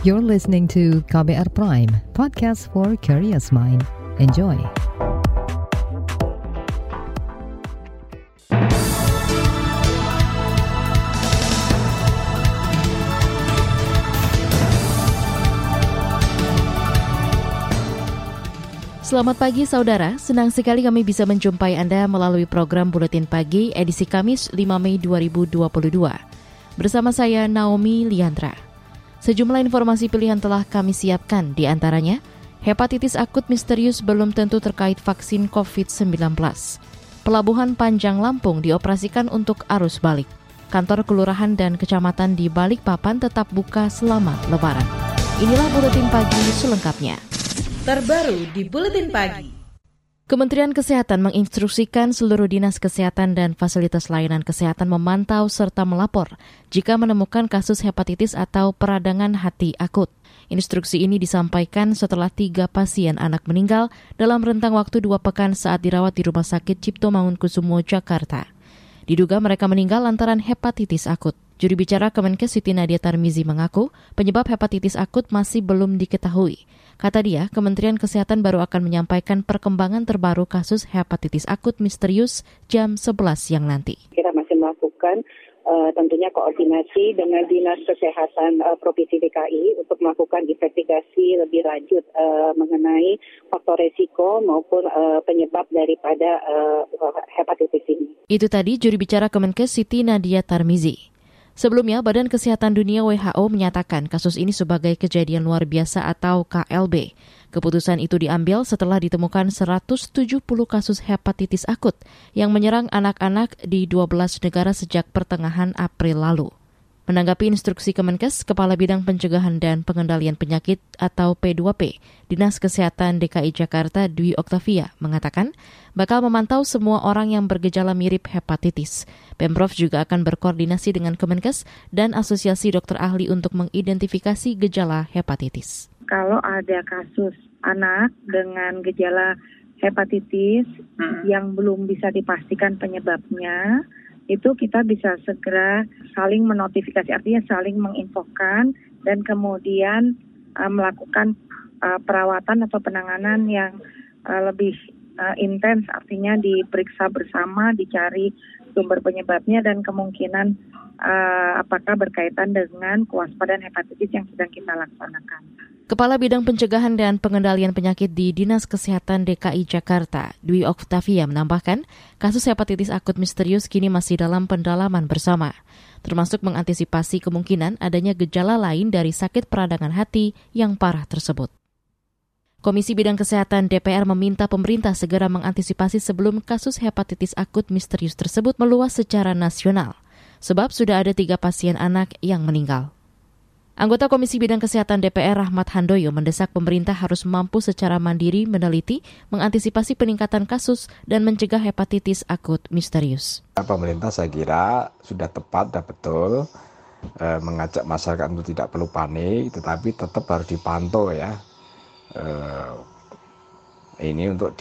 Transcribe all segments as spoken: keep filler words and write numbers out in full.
You're listening to K B R Prime, podcast for curious mind. Enjoy. Selamat pagi saudara, senang sekali kami bisa menjumpai Anda melalui program Buletin Pagi edisi Kamis lima Mei dua ribu dua puluh dua. Bersama saya Naomi Liandra. Sejumlah informasi pilihan telah kami siapkan, di antaranya hepatitis akut misterius belum tentu terkait vaksin covid sembilan belas. Pelabuhan Panjang Lampung dioperasikan untuk arus balik. Kantor kelurahan dan kecamatan di Balikpapan tetap buka selama Lebaran. Inilah Buletin Pagi selengkapnya. Terbaru di Buletin Pagi. Kementerian Kesehatan menginstruksikan seluruh dinas kesehatan dan fasilitas layanan kesehatan memantau serta melapor jika menemukan kasus hepatitis atau peradangan hati akut. Instruksi ini disampaikan setelah tiga pasien anak meninggal dalam rentang waktu dua pekan saat dirawat di Rumah Sakit Cipto Mangunkusumo, Jakarta. Diduga mereka meninggal lantaran hepatitis akut. Juru bicara Kemenkes Siti Nadia Tarmizi mengaku penyebab hepatitis akut masih belum diketahui. Kata dia, Kementerian Kesehatan baru akan menyampaikan perkembangan terbaru kasus hepatitis akut misterius jam sebelas siang nanti. Kita masih melakukan uh, tentunya koordinasi dengan Dinas Kesehatan uh, Provinsi D K I untuk melakukan investigasi lebih lanjut uh, mengenai faktor resiko maupun uh, penyebab daripada uh, hepatitis ini. Itu tadi juru bicara Kemenkes Siti Nadia Tarmizi. Sebelumnya, Badan Kesehatan Dunia W H O menyatakan kasus ini sebagai kejadian luar biasa atau K L B. Keputusan itu diambil setelah ditemukan seratus tujuh puluh kasus hepatitis akut yang menyerang anak-anak di dua belas negara sejak pertengahan April lalu. Menanggapi instruksi Kemenkes, Kepala Bidang Pencegahan dan Pengendalian Penyakit atau P dua P, Dinas Kesehatan D K I Jakarta Dwi Oktavia mengatakan bakal memantau semua orang yang bergejala mirip hepatitis. Pemprov juga akan berkoordinasi dengan Kemenkes dan Asosiasi Dokter Ahli untuk mengidentifikasi gejala hepatitis. Kalau ada kasus anak dengan gejala hepatitis hmm. yang belum bisa dipastikan penyebabnya, itu kita bisa segera saling menotifikasi, artinya saling menginfokan dan kemudian uh, melakukan uh, perawatan atau penanganan yang uh, lebih uh, intens, artinya diperiksa bersama, dicari sumber penyebabnya dan kemungkinan uh, apakah berkaitan dengan kewaspadaan hepatitis yang sedang kita laksanakan. Kepala Bidang Pencegahan dan Pengendalian Penyakit di Dinas Kesehatan D K I Jakarta, Dwi Oktavia menambahkan, kasus hepatitis akut misterius kini masih dalam pendalaman bersama, termasuk mengantisipasi kemungkinan adanya gejala lain dari sakit peradangan hati yang parah tersebut. Komisi Bidang Kesehatan D P R meminta pemerintah segera mengantisipasi sebelum kasus hepatitis akut misterius tersebut meluas secara nasional, sebab sudah ada tiga pasien anak yang meninggal. Anggota Komisi Bidang Kesehatan D P R Rahmat Handoyo mendesak pemerintah harus mampu secara mandiri meneliti, mengantisipasi peningkatan kasus dan mencegah hepatitis akut misterius. Pemerintah saya kira sudah tepat dan betul eh, mengajak masyarakat untuk tidak perlu panik, tetapi tetap harus dipantau ya. Eh, ini untuk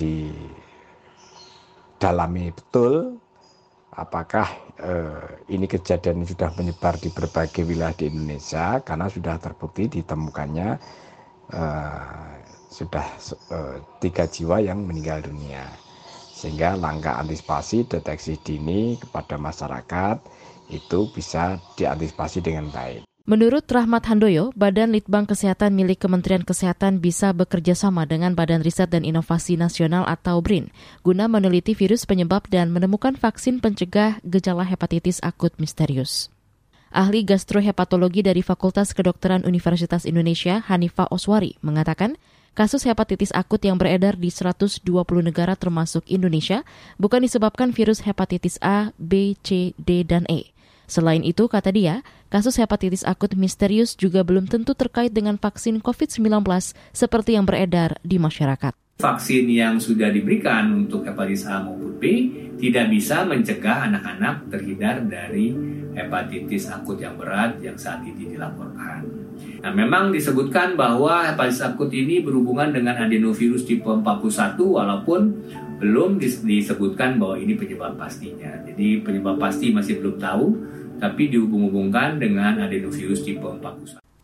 didalami betul apakah eh, ini kejadian ini sudah menyebar di berbagai wilayah di Indonesia, karena sudah terbukti ditemukannya eh, sudah eh, tiga jiwa yang meninggal dunia. Sehingga langkah antisipasi deteksi dini kepada masyarakat itu bisa diantisipasi dengan baik. Menurut Rahmat Handoyo, Badan Litbang Kesehatan milik Kementerian Kesehatan bisa bekerja sama dengan Badan Riset dan Inovasi Nasional atau B R I N guna meneliti virus penyebab dan menemukan vaksin pencegah gejala hepatitis akut misterius. Ahli gastrohepatologi dari Fakultas Kedokteran Universitas Indonesia, Hanifah Oswari, mengatakan kasus hepatitis akut yang beredar di seratus dua puluh negara termasuk Indonesia bukan disebabkan virus hepatitis A, B, C, D, dan E. Selain itu, kata dia, kasus hepatitis akut misterius juga belum tentu terkait dengan vaksin covid sembilan belas seperti yang beredar di masyarakat. Vaksin yang sudah diberikan untuk hepatitis A maupun B tidak bisa mencegah anak-anak terhindar dari hepatitis akut yang berat yang saat ini dilaporkan. Nah, memang disebutkan bahwa hepatitis akut ini berhubungan dengan adenovirus tipe empat puluh satu walaupun belum disebutkan bahwa ini penyebab pastinya. Jadi penyebab pasti masih belum tahu, tapi dihubung-hubungkan dengan adenovirus tipe empat puluh satu.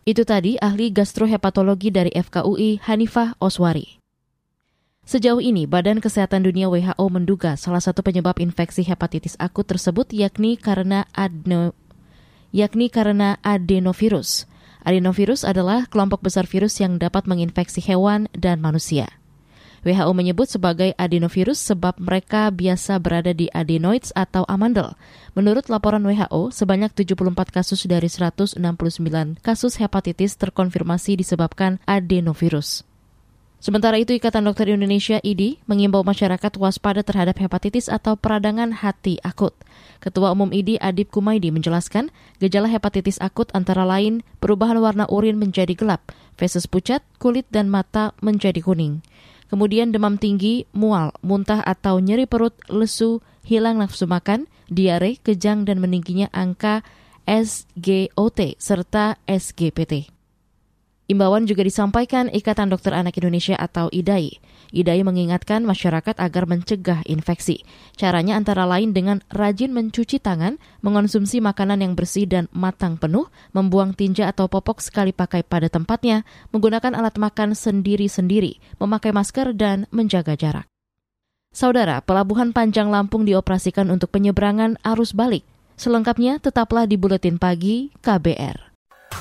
Itu tadi ahli gastrohepatologi dari F K U I Hanifah Oswari. Sejauh ini, Badan Kesehatan Dunia W H O menduga salah satu penyebab infeksi hepatitis akut tersebut yakni karena adeno, yakni karena adenovirus. Adenovirus adalah kelompok besar virus yang dapat menginfeksi hewan dan manusia. W H O menyebut sebagai adenovirus sebab mereka biasa berada di adenoids atau amandel. Menurut laporan W H O, sebanyak tujuh puluh empat kasus dari seratus enam puluh sembilan kasus hepatitis terkonfirmasi disebabkan adenovirus. Sementara itu, Ikatan Dokter Indonesia I D I mengimbau masyarakat waspada terhadap hepatitis atau peradangan hati akut. Ketua Umum I D I Adip Kumaydi menjelaskan, gejala hepatitis akut antara lain perubahan warna urin menjadi gelap, feses pucat, kulit dan mata menjadi kuning. Kemudian demam tinggi, mual, muntah atau nyeri perut, lesu, hilang nafsu makan, diare, kejang dan meningginya angka S G O T serta S G P T. Imbauan juga disampaikan Ikatan Dokter Anak Indonesia atau I D A I. I D A I mengingatkan masyarakat agar mencegah infeksi. Caranya antara lain dengan rajin mencuci tangan, mengonsumsi makanan yang bersih dan matang penuh, membuang tinja atau popok sekali pakai pada tempatnya, menggunakan alat makan sendiri-sendiri, memakai masker dan menjaga jarak. Saudara, Pelabuhan Panjang Lampung dioperasikan untuk penyeberangan arus balik. Selengkapnya tetaplah di Buletin Pagi K B R.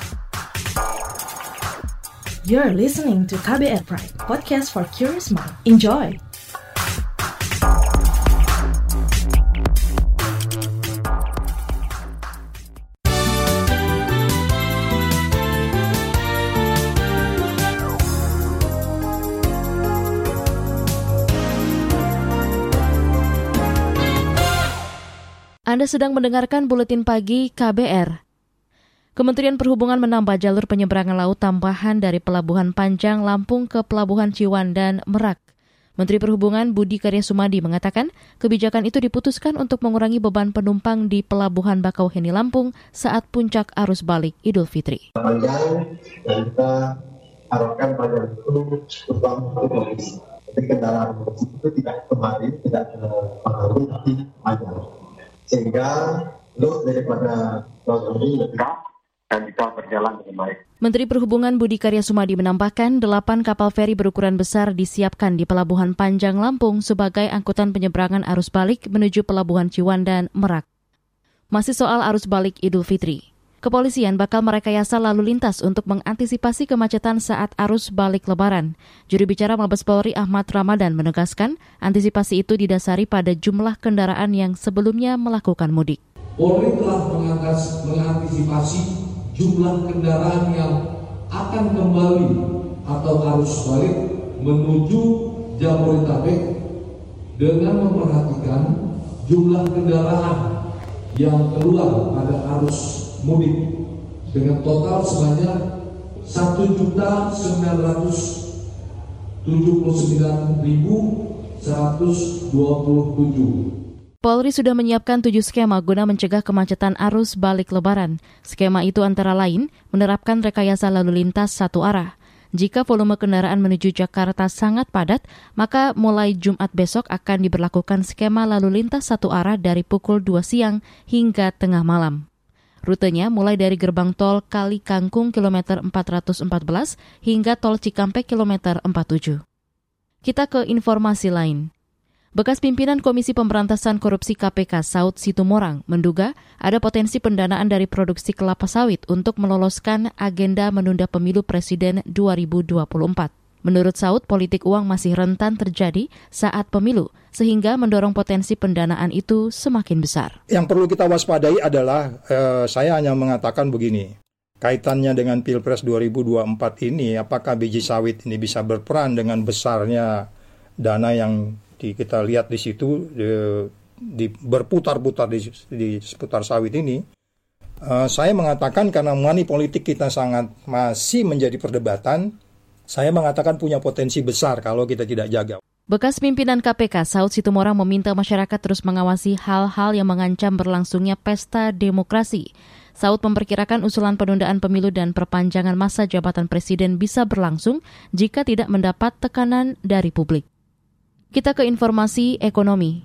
You're listening to K B R Prime, podcast for curious mind. Enjoy! Anda sedang mendengarkan Buletin Pagi K B R. Kementerian Perhubungan menambah jalur penyeberangan laut tambahan dari Pelabuhan Panjang Lampung ke Pelabuhan Ciwandan Merak. Menteri Perhubungan Budi Karya Sumadi mengatakan kebijakan itu diputuskan untuk mengurangi beban penumpang di Pelabuhan Bakauheni Lampung saat puncak arus balik Idul Fitri. Panjang dan kita harapkan panjang itu terutama untuk jadi kendaraan itu tidak kemarin tidak pengaruh tapi panjang sehingga load daripada tahun ini lebih dan bisa berjalan dengan baik. Menteri Perhubungan Budi Karya Sumadi menambahkan delapan kapal feri berukuran besar disiapkan di Pelabuhan Panjang Lampung sebagai angkutan penyeberangan arus balik menuju Pelabuhan Ciwandan Merak. Masih soal arus balik Idul Fitri. Kepolisian bakal merekayasa lalu lintas untuk mengantisipasi kemacetan saat arus balik Lebaran. Juru bicara Mabes Polri Ahmad Ramadan menegaskan antisipasi itu didasari pada jumlah kendaraan yang sebelumnya melakukan mudik. Polri telah mengantisipasi jumlah kendaraan yang akan kembali atau arus balik menuju Jabodetabek dengan memperhatikan jumlah kendaraan yang keluar pada arus mudik dengan total sebanyak satu juta sembilan ratus tujuh puluh sembilan ribu seratus dua puluh tujuh. Polri sudah menyiapkan tujuh skema guna mencegah kemacetan arus balik Lebaran. Skema itu antara lain menerapkan rekayasa lalu lintas satu arah. Jika volume kendaraan menuju Jakarta sangat padat, maka mulai Jumat besok akan diberlakukan skema lalu lintas satu arah dari pukul dua siang hingga tengah malam. Rutenya mulai dari gerbang tol Kali Kangkung kilometer empat ratus empat belas hingga tol Cikampek kilometer empat puluh tujuh. Kita ke informasi lain. Bekas pimpinan Komisi Pemberantasan Korupsi K P K Saud Situmorang menduga ada potensi pendanaan dari produksi kelapa sawit untuk meloloskan agenda menunda pemilu presiden dua ribu dua puluh empat. Menurut Saud, politik uang masih rentan terjadi saat pemilu, sehingga mendorong potensi pendanaan itu semakin besar. Yang perlu kita waspadai adalah, eh, saya hanya mengatakan begini, kaitannya dengan Pilpres dua ribu dua puluh empat ini, apakah biji sawit ini bisa berperan dengan besarnya dana yang di, kita lihat di situ, di, di, berputar-putar di, di seputar sawit ini. Uh, saya mengatakan karena money politik kita sangat masih menjadi perdebatan, saya mengatakan punya potensi besar kalau kita tidak jaga. Bekas pimpinan K P K Saud Situmorang meminta masyarakat terus mengawasi hal-hal yang mengancam berlangsungnya pesta demokrasi. Saud memperkirakan usulan penundaan pemilu dan perpanjangan masa jabatan presiden bisa berlangsung jika tidak mendapat tekanan dari publik. Kita ke informasi ekonomi.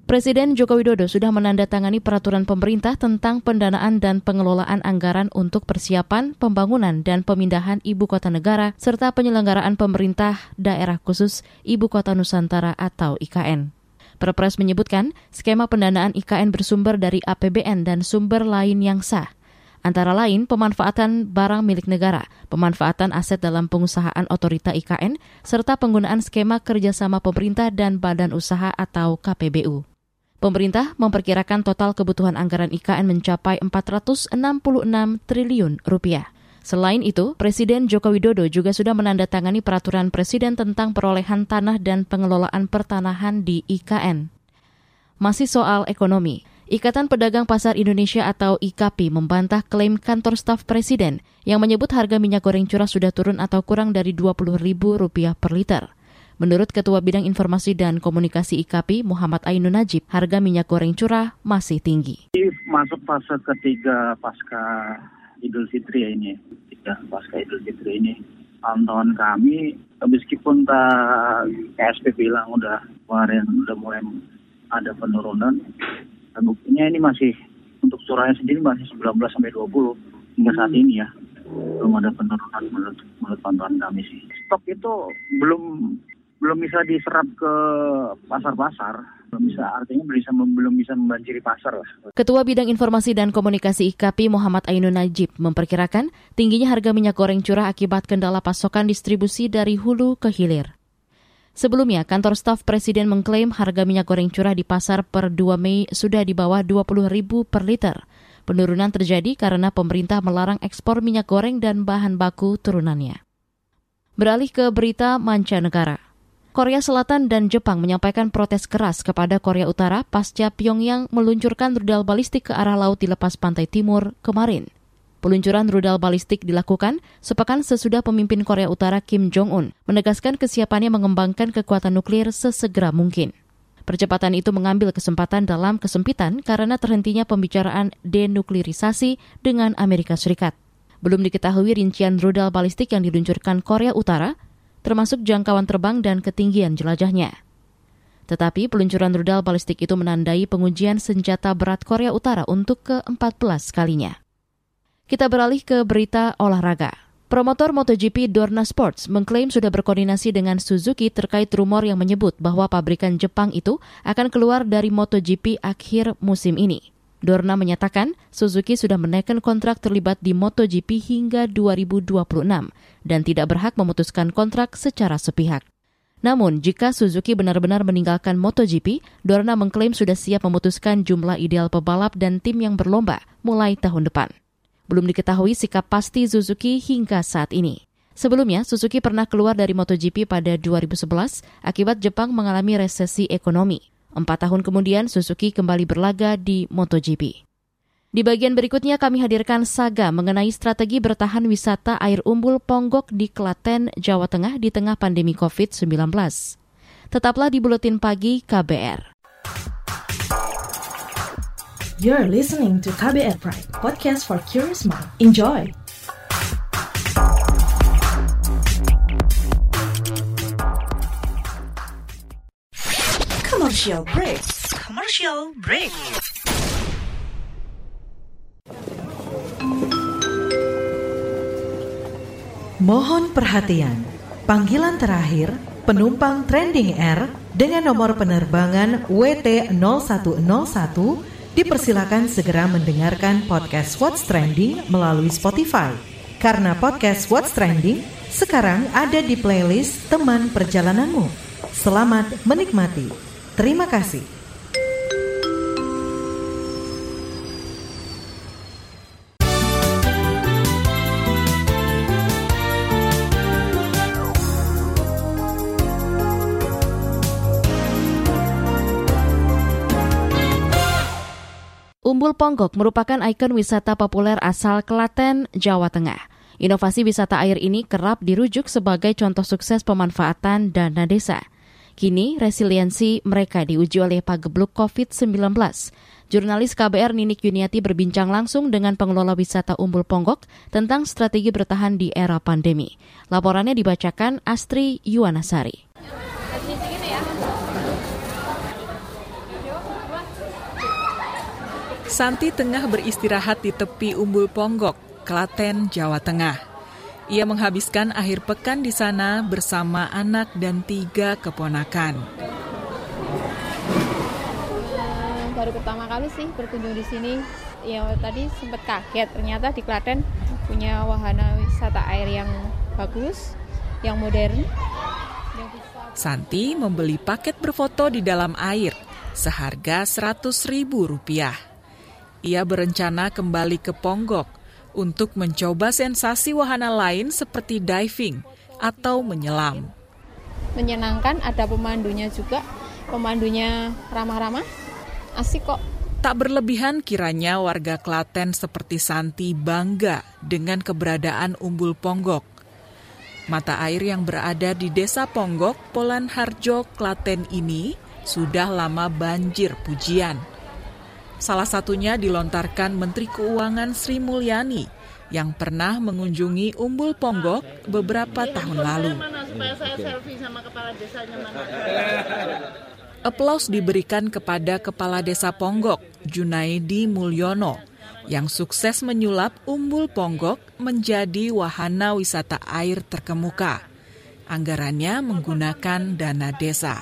Presiden Joko Widodo sudah menandatangani peraturan pemerintah tentang pendanaan dan pengelolaan anggaran untuk persiapan, pembangunan, dan pemindahan Ibu Kota Negara serta penyelenggaraan pemerintah daerah khusus Ibu Kota Nusantara atau I K N. Perpres menyebutkan skema pendanaan I K N bersumber dari A P B N dan sumber lain yang sah. Antara lain pemanfaatan barang milik negara, pemanfaatan aset dalam pengusahaan otorita I K N, serta penggunaan skema kerjasama pemerintah dan badan usaha atau K P B U. Pemerintah memperkirakan total kebutuhan anggaran I K N mencapai empat ratus enam puluh enam triliun rupiah. Selain itu, Presiden Joko Widodo juga sudah menandatangani peraturan Presiden tentang perolehan tanah dan pengelolaan pertanahan di I K N. Masih soal ekonomi, Ikatan Pedagang Pasar Indonesia atau I K P membantah klaim kantor staf Presiden yang menyebut harga minyak goreng curah sudah turun atau kurang dari dua puluh ribu rupiah per liter. Menurut Ketua Bidang Informasi dan Komunikasi I K P, Muhammad Ainun Najib, harga minyak goreng curah masih tinggi. Masuk fase ketiga pasca Idul Fitri ini, ya, pasca Idul Fitri ini, pantauan kami, meskipun tak K S P bilang udah kemarin udah mulai ada penurunan, buktinya ini masih untuk curahnya sendiri masih sembilan belas sampai dua puluh hingga saat ini ya. Belum ada penurunan menurut, menurut pantauan kami sih. Stok itu belum belum bisa diserap ke pasar-pasar, belum bisa artinya bisa belum bisa membanjiri pasar lah. Ketua Bidang Informasi dan Komunikasi I K P Muhammad Ainun Najib memperkirakan tingginya harga minyak goreng curah akibat kendala pasokan distribusi dari hulu ke hilir. Sebelumnya, kantor staf Presiden mengklaim harga minyak goreng curah di pasar per dua Mei sudah di bawah dua puluh ribu per liter. Penurunan terjadi karena pemerintah melarang ekspor minyak goreng dan bahan baku turunannya. Beralih ke berita mancanegara. Korea Selatan dan Jepang menyampaikan protes keras kepada Korea Utara pasca Pyongyang meluncurkan rudal balistik ke arah laut di lepas pantai timur kemarin. Peluncuran rudal balistik dilakukan sepekan sesudah pemimpin Korea Utara Kim Jong-un menegaskan kesiapannya mengembangkan kekuatan nuklir sesegera mungkin. Percepatan itu mengambil kesempatan dalam kesempitan karena terhentinya pembicaraan denuklirisasi dengan Amerika Serikat. Belum diketahui rincian rudal balistik yang diluncurkan Korea Utara, termasuk jangkauan terbang dan ketinggian jelajahnya. Tetapi peluncuran rudal balistik itu menandai pengujian senjata berat Korea Utara untuk ke empat belas kalinya. Kita beralih ke berita olahraga. Promotor MotoGP Dorna Sports mengklaim sudah berkoordinasi dengan Suzuki terkait rumor yang menyebut bahwa pabrikan Jepang itu akan keluar dari MotoGP akhir musim ini. Dorna menyatakan Suzuki sudah menaikkan kontrak terlibat di MotoGP hingga dua ribu dua puluh enam dan tidak berhak memutuskan kontrak secara sepihak. Namun, jika Suzuki benar-benar meninggalkan MotoGP, Dorna mengklaim sudah siap memutuskan jumlah ideal pebalap dan tim yang berlomba mulai tahun depan. Belum diketahui sikap pasti Suzuki hingga saat ini. Sebelumnya, Suzuki pernah keluar dari MotoGP pada dua ribu sebelas akibat Jepang mengalami resesi ekonomi. Empat tahun kemudian, Suzuki kembali berlaga di MotoGP. Di bagian berikutnya kami hadirkan saga mengenai strategi bertahan wisata air umbul Ponggok di Klaten, Jawa Tengah di tengah pandemi covid sembilan belas. Tetaplah di Buletin Pagi K B R. You're listening to K B R Pride, podcast for curious mind. Enjoy! Commercial break. Commercial break. Mohon perhatian. Panggilan terakhir penumpang Trending Air dengan nomor penerbangan W T nol satu nol satu dipersilakan segera mendengarkan podcast What's Trending melalui Spotify. Karena podcast What's Trending sekarang ada di playlist teman perjalananmu. Selamat menikmati. Terima kasih. Umbul Ponggok merupakan ikon wisata populer asal Klaten, Jawa Tengah. Inovasi wisata air ini kerap dirujuk sebagai contoh sukses pemanfaatan dana desa. Kini, resiliensi mereka diuji oleh pagebluk covid sembilan belas. Jurnalis K B R Ninik Yuniati berbincang langsung dengan pengelola wisata Umbul Ponggok tentang strategi bertahan di era pandemi. Laporannya dibacakan Astri Yuwanasari. Santi tengah beristirahat di tepi Umbul Ponggok, Klaten, Jawa Tengah. Ia menghabiskan akhir pekan di sana bersama anak dan tiga keponakan. Baru pertama kali sih berkunjung di sini. Ya tadi sempat kaget, ternyata di Klaten punya wahana wisata air yang bagus, yang modern. Santi membeli paket berfoto di dalam air seharga seratus ribu rupiah. Ia berencana kembali ke Ponggok untuk mencoba sensasi wahana lain seperti diving atau menyelam. Menyenangkan, ada pemandunya juga, pemandunya ramah-ramah, asik kok. Tak berlebihan kiranya warga Klaten seperti Santi bangga dengan keberadaan Umbul Ponggok. Mata air yang berada di Desa Ponggok, Polanharjo, Klaten ini sudah lama banjir pujian. Salah satunya dilontarkan Menteri Keuangan Sri Mulyani yang pernah mengunjungi Umbul Ponggok beberapa tahun lalu. Aplaus diberikan kepada Kepala Desa Ponggok, Junaidi Mulyono, yang sukses menyulap Umbul Ponggok menjadi wahana wisata air terkemuka. Anggarannya menggunakan dana desa.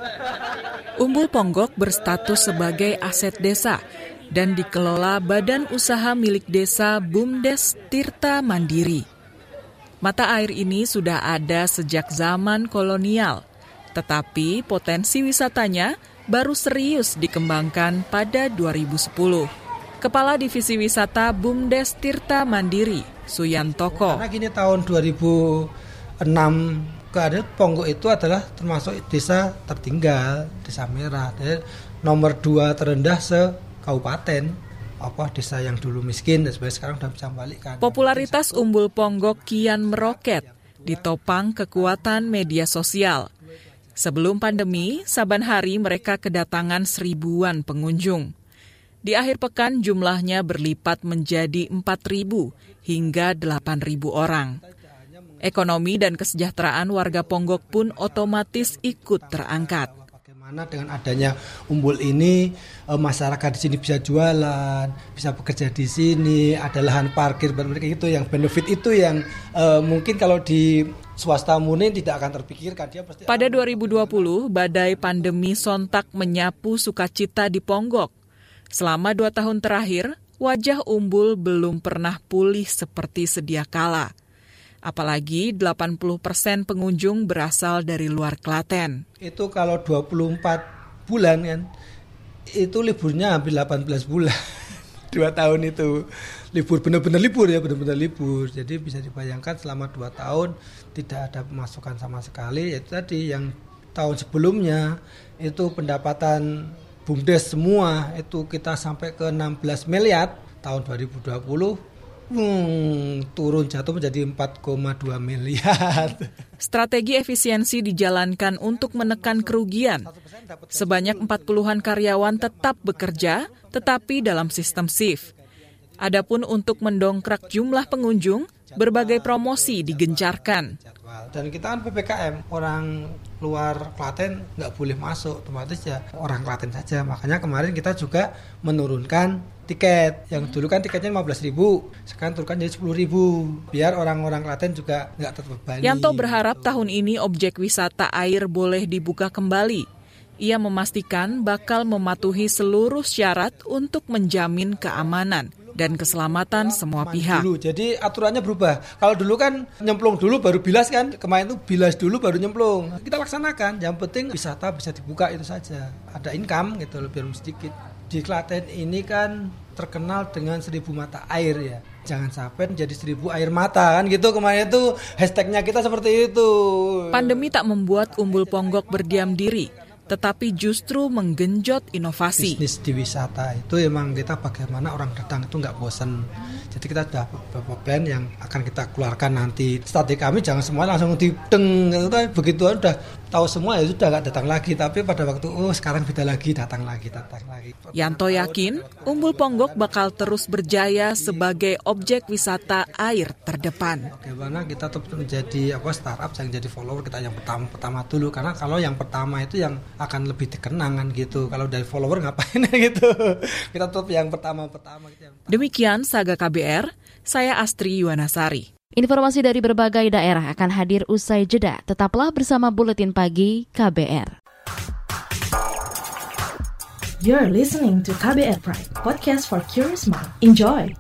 Umbul Ponggok berstatus sebagai aset desa dan dikelola Badan Usaha Milik Desa Bumdes Tirta Mandiri. Mata air ini sudah ada sejak zaman kolonial, tetapi potensi wisatanya baru serius dikembangkan pada dua ribu sepuluh. Kepala Divisi Wisata Bumdes Tirta Mandiri, Suyantoko. Karena gini, tahun dua ribu enam keadaan Ponggok itu adalah termasuk desa tertinggal, desa merah, dan nomor dua terendah se-kabupaten, apa desa yang dulu miskin dan sekarang sudah bisa membalikkan. Popularitas Umbul Ponggok kian meroket, ditopang kekuatan media sosial. Sebelum pandemi, saban hari mereka kedatangan seribuan pengunjung. Di akhir pekan jumlahnya berlipat menjadi empat ribu hingga delapan ribu orang. Ekonomi dan kesejahteraan warga Ponggok pun otomatis ikut terangkat. Bagaimana dengan adanya Umbul ini, masyarakat di sini bisa jualan, bisa bekerja di sini, ada lahan parkir buat mereka, itu yang benefit itu yang uh, mungkin kalau di swasta murni tidak akan terpikirkan. Dia pasti Pada dua ribu dua puluh, badai pandemi sontak menyapu sukacita di Ponggok. Selama dua tahun terakhir, wajah Umbul belum pernah pulih seperti sedia kala. Apalagi delapan puluh persen pengunjung berasal dari luar Klaten. Itu kalau dua puluh empat bulan kan, itu liburnya hampir delapan belas bulan. Dua tahun itu libur, benar-benar libur ya, benar-benar libur. Jadi bisa dibayangkan selama dua tahun tidak ada pemasukan sama sekali. Itu tadi yang tahun sebelumnya itu pendapatan Bumdes semua itu kita sampai ke enam belas miliar. Tahun dua ribu dua puluh hmm, turun jatuh menjadi empat koma dua miliar. Strategi efisiensi dijalankan untuk menekan kerugian. Sebanyak empat puluhan karyawan tetap bekerja, tetapi dalam sistem shift. Adapun untuk mendongkrak jumlah pengunjung, berbagai promosi digencarkan. Dan kita kan P P K M, orang luar Klaten nggak boleh masuk, otomatis ya orang Klaten saja. Makanya kemarin kita juga menurunkan tiket. Yang dulu kan tiketnya lima belas ribu, sekarang turunkan jadi sepuluh ribu. Biar orang-orang Klaten juga nggak terbebani. Yanto berharap tahun ini objek wisata air boleh dibuka kembali. Ia memastikan bakal mematuhi seluruh syarat untuk menjamin keamanan dan keselamatan semua pihak. Dulu, jadi aturannya berubah. Kalau dulu kan nyemplung dulu baru bilas kan, kemarin itu bilas dulu baru nyemplung. Kita laksanakan, yang penting wisata bisa dibuka itu saja. Ada income gitu, lebih sedikit. Di Klaten ini kan terkenal dengan seribu mata air ya. Jangan sampai menjadi seribu air mata kan gitu, kemarin itu hashtagnya kita seperti itu. Pandemi tak membuat Umbul Ponggok berdiam diri, tetapi justru menggenjot inovasi. Bisnis di wisata itu emang kita bagaimana orang datang itu nggak bosan. Jadi kita sudah beberapa plan yang akan kita keluarkan nanti. Strategi kami jangan semua langsung dideng, begitu udah tahu semua ya sudah nggak datang lagi. Tapi pada waktu oh sekarang beda lagi, datang lagi, datang lagi. Yanto yakin Umbul Ponggok bakal terus berjaya sebagai objek wisata air terdepan. Bagaimana kita tetap menjadi apa startup yang jadi follower kita yang pertama-pertama dulu, karena kalau yang pertama itu yang akan lebih dikenang kan gitu. Kalau dari follower ngapain gitu. Kita tetap yang pertama-pertama gitu. Yang Demikian Saga K B R, saya Astri Yuwanasari. Informasi dari berbagai daerah akan hadir usai jeda. Tetaplah bersama Buletin Pagi K B R. You're listening to K B R Prime, podcast for curious mind. Enjoy!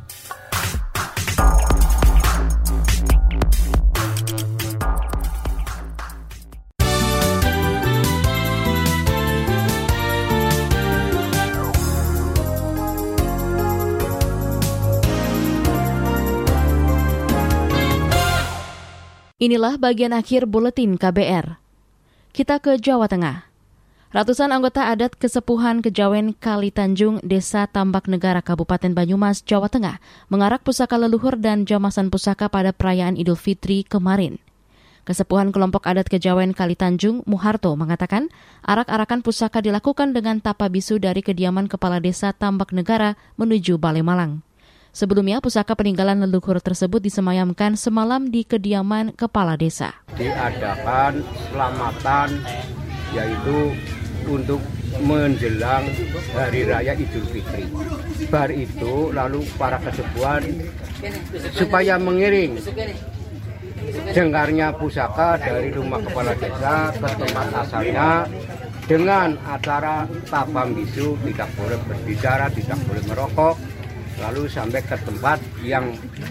Inilah bagian akhir Buletin K B R. Kita ke Jawa Tengah. Ratusan anggota adat Kesepuhan Kejawen Kali Tanjung, Desa Tambak Negara, Kabupaten Banyumas, Jawa Tengah, mengarak pusaka leluhur dan jamasan pusaka pada perayaan Idul Fitri kemarin. Kesepuhan Kelompok Adat Kejawen Kali Tanjung, Muharto, mengatakan arak-arakan pusaka dilakukan dengan tapa bisu dari kediaman Kepala Desa Tambak Negara menuju Balai Malang. Sebelumnya, pusaka peninggalan leluhur tersebut disemayamkan semalam di kediaman Kepala Desa. Diadakan selamatan, yaitu untuk menjelang Hari Raya Idul Fitri. Bar itu lalu para kesepuhan supaya mengiring jengkarnya pusaka dari rumah Kepala Desa ke tempat asalnya dengan acara tapam bisu, tidak boleh berbicara, tidak boleh merokok, lalu sampai ke tempat yang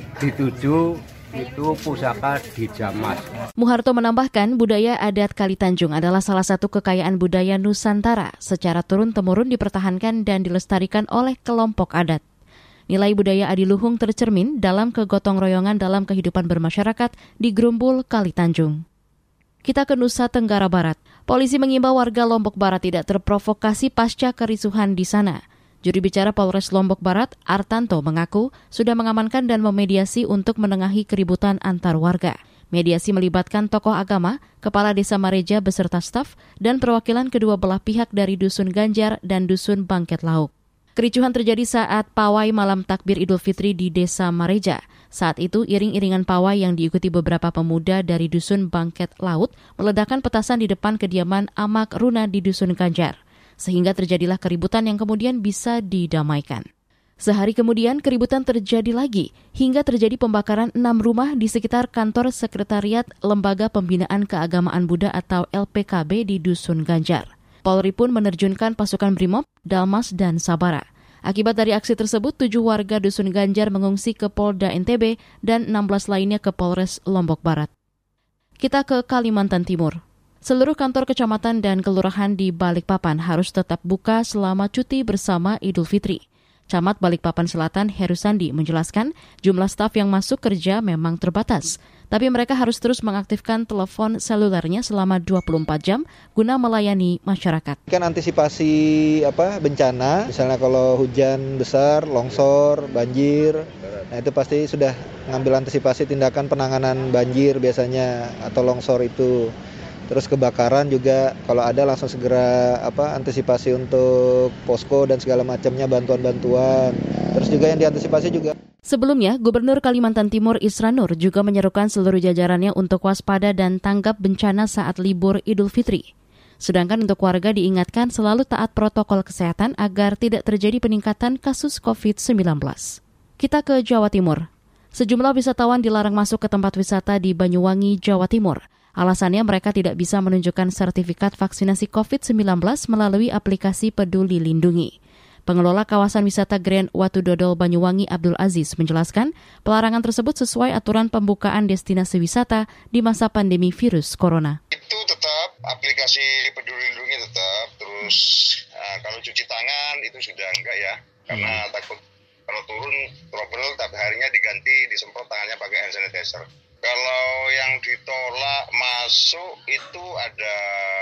dituju itu pusaka dijamas. Muharto menambahkan budaya adat Kali Tanjung adalah salah satu kekayaan budaya Nusantara secara turun-temurun dipertahankan dan dilestarikan oleh kelompok adat. Nilai budaya adiluhung tercermin dalam kegotong royongan dalam kehidupan bermasyarakat di Grumbul Kali Tanjung. Kita ke Nusa Tenggara Barat. Polisi mengimbau warga Lombok Barat tidak terprovokasi pasca kerisuhan di sana. Juru bicara Polres Lombok Barat, Artanto, mengaku sudah mengamankan dan memediasi untuk menengahi keributan antar warga. Mediasi melibatkan tokoh agama, Kepala Desa Mareja beserta staf, dan perwakilan kedua belah pihak dari Dusun Ganjar dan Dusun Bangket Lauk. Kericuhan terjadi saat pawai malam takbir Idul Fitri di Desa Mareja. Saat itu, iring-iringan pawai yang diikuti beberapa pemuda dari Dusun Bangket Laut meledakkan petasan di depan kediaman Amak Runa di Dusun Ganjar, sehingga terjadilah keributan yang kemudian bisa didamaikan. Sehari kemudian keributan terjadi lagi hingga terjadi pembakaran enam rumah di sekitar kantor Sekretariat Lembaga Pembinaan Keagamaan Buddha atau L P K B di Dusun Ganjar. Polri pun menerjunkan pasukan Brimob, Dalmas, dan Sabara. Akibat dari aksi tersebut, tujuh warga Dusun Ganjar mengungsi ke Polda N T B dan enam belas lainnya ke Polres Lombok Barat. Kita ke Kalimantan Timur. Seluruh kantor kecamatan dan kelurahan di Balikpapan harus tetap buka selama cuti bersama Idul Fitri. Camat Balikpapan Selatan Heru Sandi menjelaskan jumlah staf yang masuk kerja memang terbatas, tapi mereka harus terus mengaktifkan telepon selulernya selama dua puluh empat jam guna melayani masyarakat. Kan antisipasi apa bencana, misalnya kalau hujan besar, longsor, banjir, nah itu pasti sudah ngambil antisipasi tindakan penanganan banjir biasanya atau longsor itu. Terus kebakaran juga kalau ada langsung segera apa antisipasi untuk posko dan segala macamnya, bantuan-bantuan. Terus juga yang diantisipasi juga. Sebelumnya, Gubernur Kalimantan Timur Isra Nur juga menyerukan seluruh jajarannya untuk waspada dan tanggap bencana saat libur Idul Fitri. Sedangkan untuk warga diingatkan selalu taat protokol kesehatan agar tidak terjadi peningkatan kasus covid sembilan belas. Kita ke Jawa Timur. Sejumlah wisatawan dilarang masuk ke tempat wisata di Banyuwangi, Jawa Timur. Alasannya mereka tidak bisa menunjukkan sertifikat vaksinasi covid sembilan belas melalui aplikasi Peduli Lindungi. Pengelola kawasan wisata Grand Watu Dodol Banyuwangi Abdul Aziz menjelaskan pelarangan tersebut sesuai aturan pembukaan destinasi wisata di masa pandemi virus corona. Itu tetap aplikasi Peduli Lindungi tetap, terus nah, kalau cuci tangan itu sudah enggak ya, karena hmm. takut kalau turun trouble, tapi harinya diganti disemprot tangannya pakai hand sanitizer. Kalau yang ditolak masuk itu ada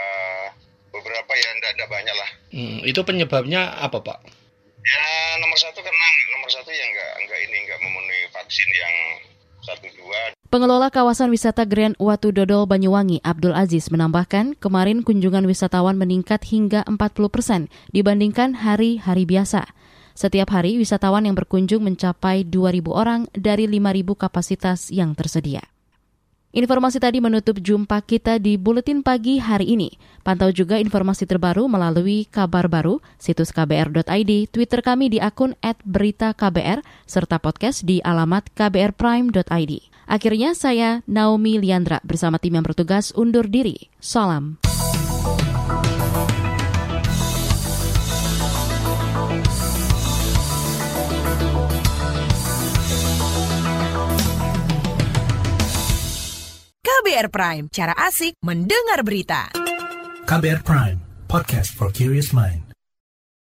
beberapa ya, tidak banyak lah. Hmm, itu penyebabnya apa, Pak? Ya nomor satu karena nomor satu ya nggak nggak ini nggak memenuhi vaksin yang satu dua. Pengelola kawasan wisata Grand Watu Dodol Banyuwangi, Abdul Aziz, menambahkan kemarin kunjungan wisatawan meningkat hingga empat puluh persen dibandingkan hari-hari biasa. Setiap hari wisatawan yang berkunjung mencapai dua ribu orang dari lima ribu kapasitas yang tersedia. Informasi tadi menutup jumpa kita di Buletin Pagi hari ini. Pantau juga informasi terbaru melalui Kabar Baru, situs k b r dot i d, Twitter kami di akun et berita k b r, serta podcast di alamat k b r prime dot i d. Akhirnya saya, Naomi Liandra, bersama tim yang bertugas undur diri. Salam. K B R Prime, cara asik mendengar berita. K B R Prime, podcast for curious mind.